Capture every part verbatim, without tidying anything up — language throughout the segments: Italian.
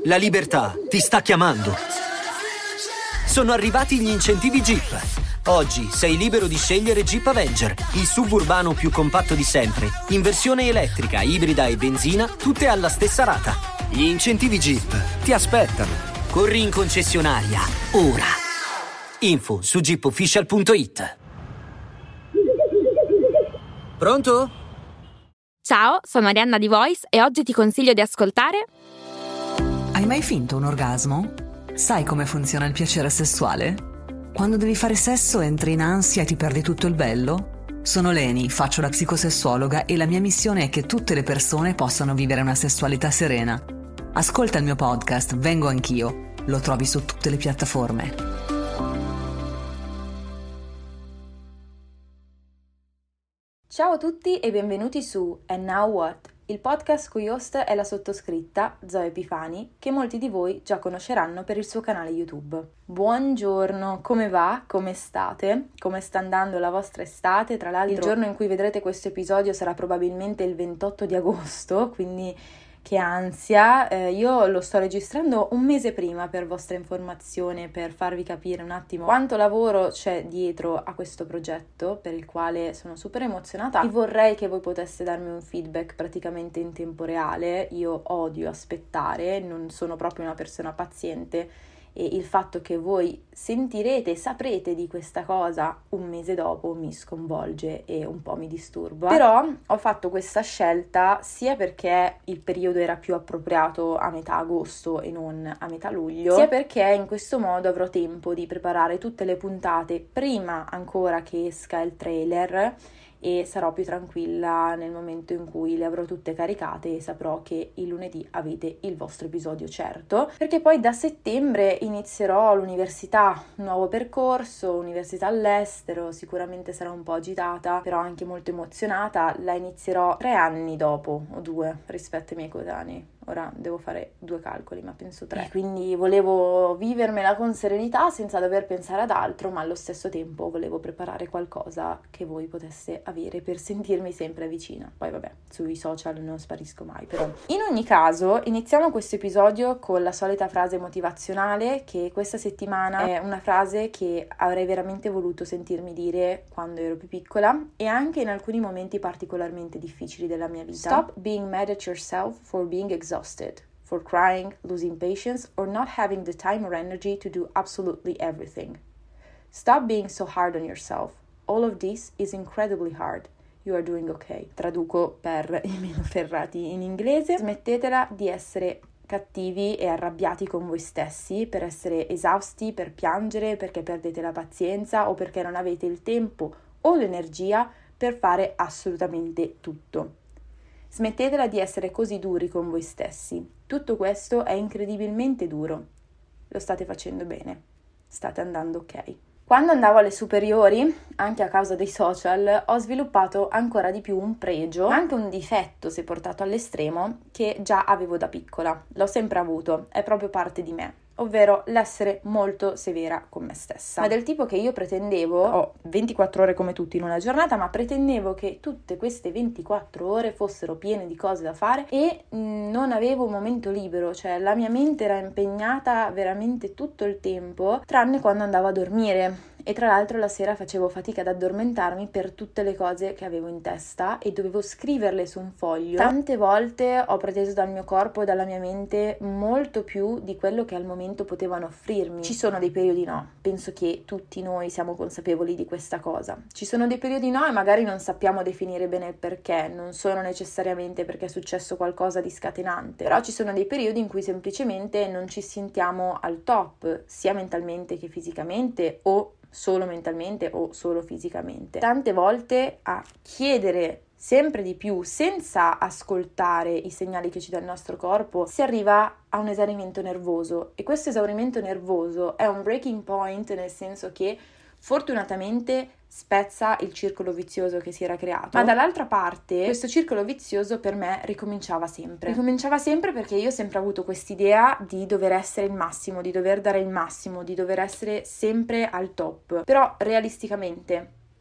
La libertà ti sta chiamando. Sono arrivati gli incentivi Jeep. Oggi sei libero di scegliere Jeep Avenger, il suburbano più compatto di sempre, in versione elettrica, ibrida e benzina, tutte alla stessa rata. Gli incentivi Jeep ti aspettano. Corri in concessionaria, ora. Info su jeep official punto it. Pronto? Ciao, sono Arianna di Voice e oggi ti consiglio di ascoltare... Hai mai finto un orgasmo? Sai come funziona il piacere sessuale? Quando devi fare sesso entri in ansia e ti perdi tutto il bello? Sono Leni, faccio la psicosessuologa e la mia missione è che tutte le persone possano vivere una sessualità serena. Ascolta il mio podcast Vengo Anch'io, lo trovi su tutte le piattaforme. Ciao a tutti e benvenuti su And Now What, il podcast cui host è la sottoscritta, Zoe Epifani, che molti di voi già conosceranno per il suo canale YouTube. Buongiorno, come va? Come state? Come sta andando la vostra estate? Tra l'altro il giorno in cui vedrete questo episodio sarà probabilmente il ventotto di agosto, quindi che ansia. Eh, io lo sto registrando un mese prima per vostra informazione, per farvi capire un attimo quanto lavoro c'è dietro a questo progetto, per il quale sono super emozionata e vorrei che voi poteste darmi un feedback praticamente in tempo reale. Io odio aspettare, non sono proprio una persona paziente, e il fatto che voi sentirete e saprete di questa cosa un mese dopo mi sconvolge e un po' mi disturba. Però ho fatto questa scelta sia perché il periodo era più appropriato a metà agosto e non a metà luglio, sia perché in questo modo avrò tempo di preparare tutte le puntate prima ancora che esca il trailer e sarò più tranquilla nel momento in cui le avrò tutte caricate e saprò che il lunedì avete il vostro episodio certo, perché poi da settembre inizierò l'università, un nuovo percorso, università all'estero, sicuramente sarà un po' agitata, però anche molto emozionata. La inizierò tre anni dopo, o due, rispetto ai miei coetanei. Ora devo fare due calcoli, ma penso tre. E quindi volevo vivermela con serenità senza dover pensare ad altro, ma allo stesso tempo volevo preparare qualcosa che voi poteste avere per sentirmi sempre vicina. Poi vabbè, sui social non sparisco mai, però. In ogni caso, iniziamo questo episodio con la solita frase motivazionale, che questa settimana è una frase che avrei veramente voluto sentirmi dire quando ero più piccola e anche in alcuni momenti particolarmente difficili della mia vita. Stop being mad at yourself for being exhausted. Exhausted, for crying, losing patience, or not having the time or energy to do absolutely everything. Stop being so hard on yourself. All of this is incredibly hard. You are doing okay. Traduco per i meno ferrati in inglese. Smettetela di essere cattivi e arrabbiati con voi stessi per essere esausti, per piangere, perché perdete la pazienza o perché non avete il tempo o l'energia per fare assolutamente tutto. Smettetela di essere così duri con voi stessi. Tutto questo è incredibilmente duro. Lo state facendo bene. State andando ok. Quando andavo alle superiori, anche a causa dei social, ho sviluppato ancora di più un pregio, ma anche un difetto, se portato all'estremo, che già avevo da piccola. L'ho sempre avuto, è proprio parte di me, ovvero l'essere molto severa con me stessa. Ma del tipo che io pretendevo, ho ventiquattro ore come tutti in una giornata, ma pretendevo che tutte queste ventiquattro ore fossero piene di cose da fare e mh, non avevo un momento libero, cioè la mia mente era impegnata veramente tutto il tempo, tranne quando andavo a dormire. E tra l'altro la sera facevo fatica ad addormentarmi per tutte le cose che avevo in testa e dovevo scriverle su un foglio. Tante volte ho preteso dal mio corpo e dalla mia mente molto più di quello che al momento potevano offrirmi. Ci sono dei periodi no, penso che tutti noi siamo consapevoli di questa cosa. Ci sono dei periodi no e magari non sappiamo definire bene il perché, non sono necessariamente perché è successo qualcosa di scatenante, però ci sono dei periodi in cui semplicemente non ci sentiamo al top, sia mentalmente che fisicamente o solo mentalmente o solo fisicamente. Tante volte a chiedere sempre di più senza ascoltare i segnali che ci dà il nostro corpo si arriva a un esaurimento nervoso e questo esaurimento nervoso è un breaking point, nel senso che fortunatamente spezza il circolo vizioso che si era creato, ma dall'altra parte questo circolo vizioso per me ricominciava sempre ricominciava sempre perché io ho sempre avuto quest'idea di dover essere il massimo, di dover dare il massimo, di dover essere sempre al top, però realisticamente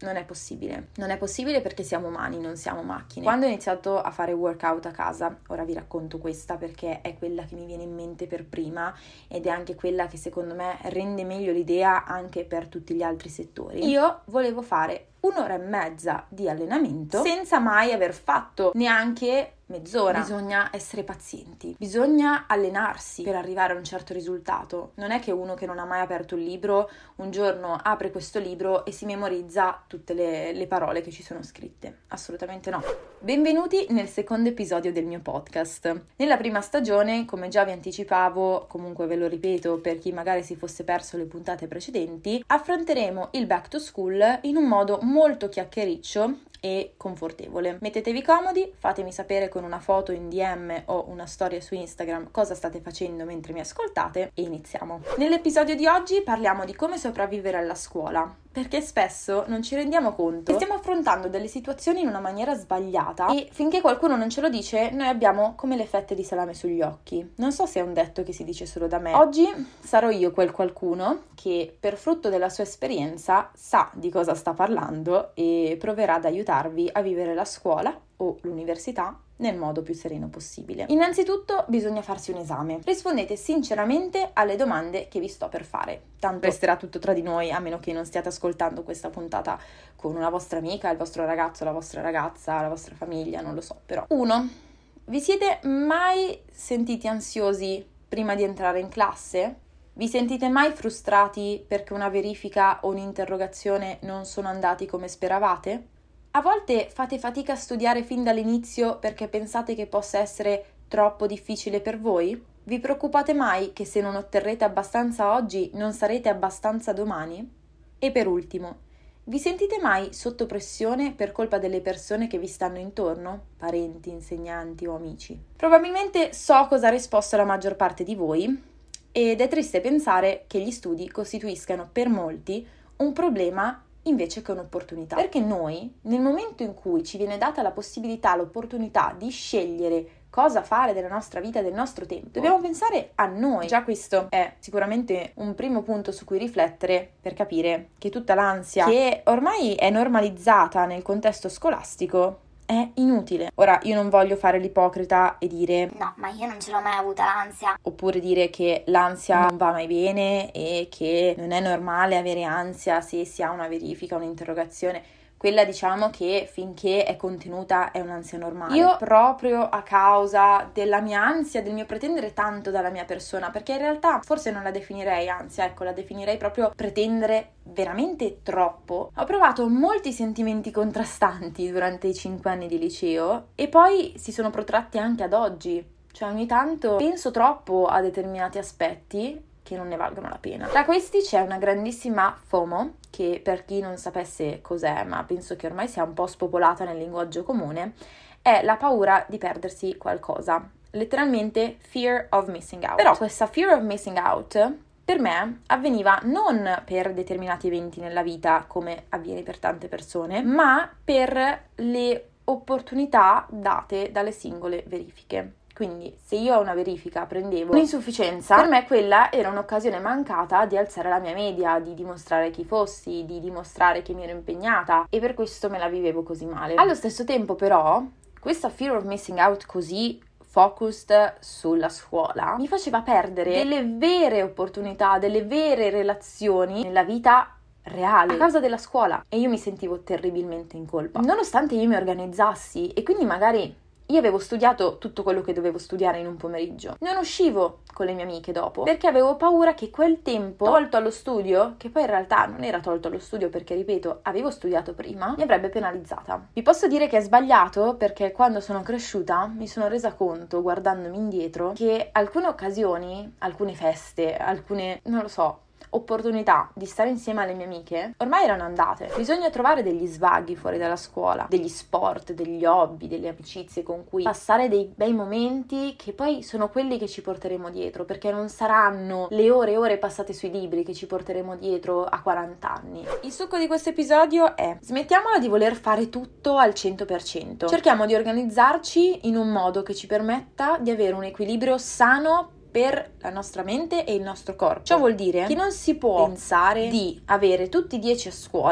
non è possibile. Non è possibile perché siamo umani, non siamo macchine. Quando ho iniziato a fare workout a casa, ora vi racconto questa perché è quella che mi viene in mente per prima ed è anche quella che secondo me rende meglio l'idea anche per tutti gli altri settori. Io volevo fare un'ora e mezza di allenamento senza mai aver fatto neanche mezz'ora. Bisogna essere pazienti, bisogna allenarsi per arrivare a un certo risultato. Non è che uno che non ha mai aperto un libro un giorno apre questo libro e si memorizza tutte le, le parole che ci sono scritte. Assolutamente no. Benvenuti nel secondo episodio del mio podcast. Nella prima stagione, come già vi anticipavo, comunque ve lo ripeto per chi magari si fosse perso le puntate precedenti, affronteremo il back to school in un modo molto chiacchiericcio e confortevole. Mettetevi comodi, fatemi sapere con una foto in D M o una storia su Instagram cosa state facendo mentre mi ascoltate e iniziamo. Nell'episodio di oggi parliamo di come sopravvivere alla scuola, perché spesso non ci rendiamo conto che stiamo affrontando delle situazioni in una maniera sbagliata e finché qualcuno non ce lo dice noi abbiamo come le fette di salame sugli occhi. Non so se è un detto che si dice solo da me. Oggi sarò io quel qualcuno che per frutto della sua esperienza sa di cosa sta parlando e proverà ad aiutarvi a vivere la scuola o l'università nel modo più sereno possibile. Innanzitutto bisogna farsi un esame. Rispondete sinceramente alle domande che vi sto per fare. Tanto resterà tutto tra di noi, a meno che non stiate ascoltando questa puntata con una vostra amica, il vostro ragazzo, la vostra ragazza, la vostra famiglia, non lo so. Però, uno, vi siete mai sentiti ansiosi prima di entrare in classe? Vi sentite mai frustrati perché una verifica o un'interrogazione non sono andati come speravate? A volte fate fatica a studiare fin dall'inizio perché pensate che possa essere troppo difficile per voi? Vi preoccupate mai che se non otterrete abbastanza oggi non sarete abbastanza domani? E per ultimo, vi sentite mai sotto pressione per colpa delle persone che vi stanno intorno? Parenti, insegnanti o amici? Probabilmente so cosa ha risposto la maggior parte di voi ed è triste pensare che gli studi costituiscano per molti un problema invece che un'opportunità. Perché noi, nel momento in cui ci viene data la possibilità, l'opportunità di scegliere cosa fare della nostra vita, del nostro tempo, dobbiamo pensare a noi. Già questo è sicuramente un primo punto su cui riflettere per capire che tutta l'ansia che ormai è normalizzata nel contesto scolastico è inutile. Ora, io non voglio fare l'ipocrita e dire no, ma io non ce l'ho mai avuta l'ansia, oppure dire che l'ansia non va mai bene e che non è normale avere ansia se si ha una verifica, un'interrogazione. Quella diciamo che finché è contenuta è un'ansia normale. Io proprio a causa della mia ansia, del mio pretendere tanto dalla mia persona, perché in realtà forse non la definirei ansia, ecco, la definirei proprio pretendere veramente troppo. Ho provato molti sentimenti contrastanti durante i cinque anni di liceo e poi si sono protratti anche ad oggi. Cioè ogni tanto penso troppo a determinati aspetti che non ne valgono la pena. Tra questi c'è una grandissima FOMO, che per chi non sapesse cos'è, ma penso che ormai sia un po' spopolata nel linguaggio comune, è la paura di perdersi qualcosa. Letteralmente fear of missing out. Però questa fear of missing out per me avveniva non per determinati eventi nella vita, come avviene per tante persone, ma per le opportunità date dalle singole verifiche. Quindi se io a una verifica prendevo un'insufficienza, per me quella era un'occasione mancata di alzare la mia media, di dimostrare chi fossi, di dimostrare che mi ero impegnata e per questo me la vivevo così male. Allo stesso tempo però, questa fear of missing out così focused sulla scuola mi faceva perdere delle vere opportunità, delle vere relazioni nella vita reale a causa della scuola e io mi sentivo terribilmente in colpa. Nonostante io mi organizzassi e quindi magari io avevo studiato tutto quello che dovevo studiare in un pomeriggio, non uscivo con le mie amiche dopo perché avevo paura che quel tempo tolto allo studio, che poi in realtà non era tolto allo studio perché ripeto avevo studiato prima, mi avrebbe penalizzata. Vi posso dire che è sbagliato perché quando sono cresciuta mi sono resa conto guardandomi indietro che alcune occasioni, alcune feste, alcune non lo so opportunità di stare insieme alle mie amiche ormai erano andate. Bisogna trovare degli svaghi fuori dalla scuola, degli sport, degli hobby, delle amicizie con cui passare dei bei momenti che poi sono quelli che ci porteremo dietro, perché non saranno le ore e ore passate sui libri che ci porteremo dietro a quaranta anni. Il succo di questo episodio è: smettiamola di voler fare tutto al cento per cento. Cerchiamo di organizzarci in un modo che ci permetta di avere un equilibrio sano per la nostra mente e il nostro corpo. Ciò vuol dire che non si può pensare di avere tutti dieci a scuola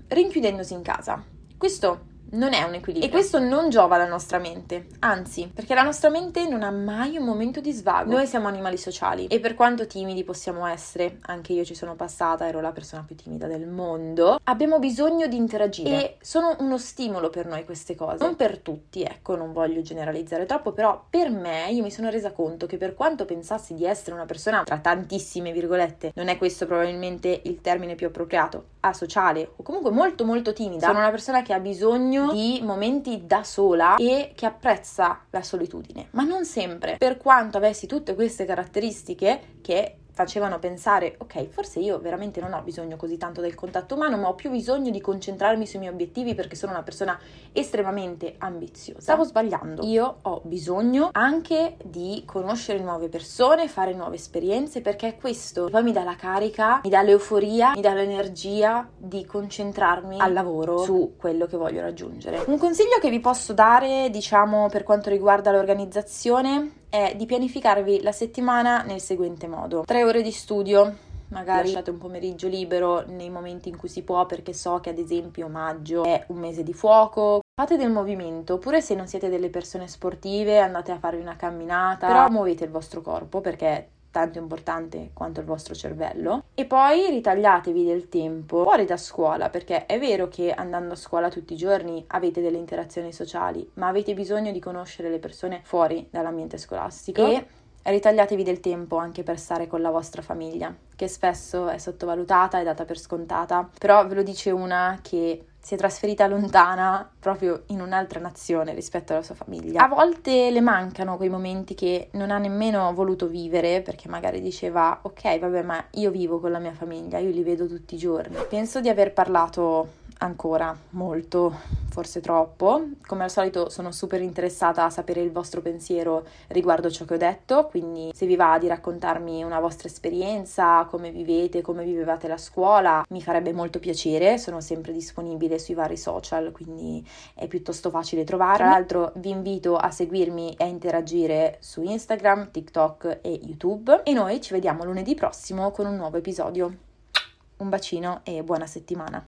rinchiudendosi in casa. Questo non è un equilibrio e questo non giova alla nostra mente, anzi, perché la nostra mente non ha mai un momento di svago. Noi siamo animali sociali e per quanto timidi possiamo essere, anche io ci sono passata, ero la persona più timida del mondo, abbiamo bisogno di interagire e sono uno stimolo per noi queste cose. Non per tutti, ecco, non voglio generalizzare troppo, però per me io mi sono resa conto che per quanto pensassi di essere una persona, tra tantissime virgolette, non è questo probabilmente il termine più appropriato, asociale o comunque molto molto timida, sono una persona che ha bisogno di momenti da sola e che apprezza la solitudine, ma non sempre. Per quanto avessi tutte queste caratteristiche che facevano pensare, ok, forse io veramente non ho bisogno così tanto del contatto umano, ma ho più bisogno di concentrarmi sui miei obiettivi perché sono una persona estremamente ambiziosa. Stavo sbagliando. Io ho bisogno anche di conoscere nuove persone, fare nuove esperienze, perché questo poi mi dà la carica, mi dà l'euforia, mi dà l'energia di concentrarmi al lavoro su quello che voglio raggiungere. Un consiglio che vi posso dare, diciamo, per quanto riguarda l'organizzazione è di pianificarvi la settimana nel seguente modo: tre ore di studio, magari lasciate un pomeriggio libero nei momenti in cui si può, perché so che ad esempio maggio è un mese di fuoco. Fate del movimento, oppure se non siete delle persone sportive andate a farvi una camminata, però muovete il vostro corpo perché è tanto importante quanto il vostro cervello. E poi ritagliatevi del tempo fuori da scuola, perché è vero che andando a scuola tutti i giorni avete delle interazioni sociali, ma avete bisogno di conoscere le persone fuori dall'ambiente scolastico. E ritagliatevi del tempo anche per stare con la vostra famiglia, che spesso è sottovalutata e data per scontata, però ve lo dice una che si è trasferita lontana proprio in un'altra nazione rispetto alla sua famiglia. A volte le mancano quei momenti che non ha nemmeno voluto vivere, perché magari diceva ok, vabbè, ma io vivo con la mia famiglia, io li vedo tutti i giorni. Penso di aver parlato ancora molto, forse troppo. Come al solito sono super interessata a sapere il vostro pensiero riguardo ciò che ho detto, quindi se vi va di raccontarmi una vostra esperienza, come vivete, come vivevate la scuola, mi farebbe molto piacere. Sono sempre disponibile sui vari social, quindi è piuttosto facile trovarmi. Tra l'altro vi invito a seguirmi e a interagire su Instagram, TikTok e YouTube, e noi ci vediamo lunedì prossimo con un nuovo episodio. Un bacino e buona settimana.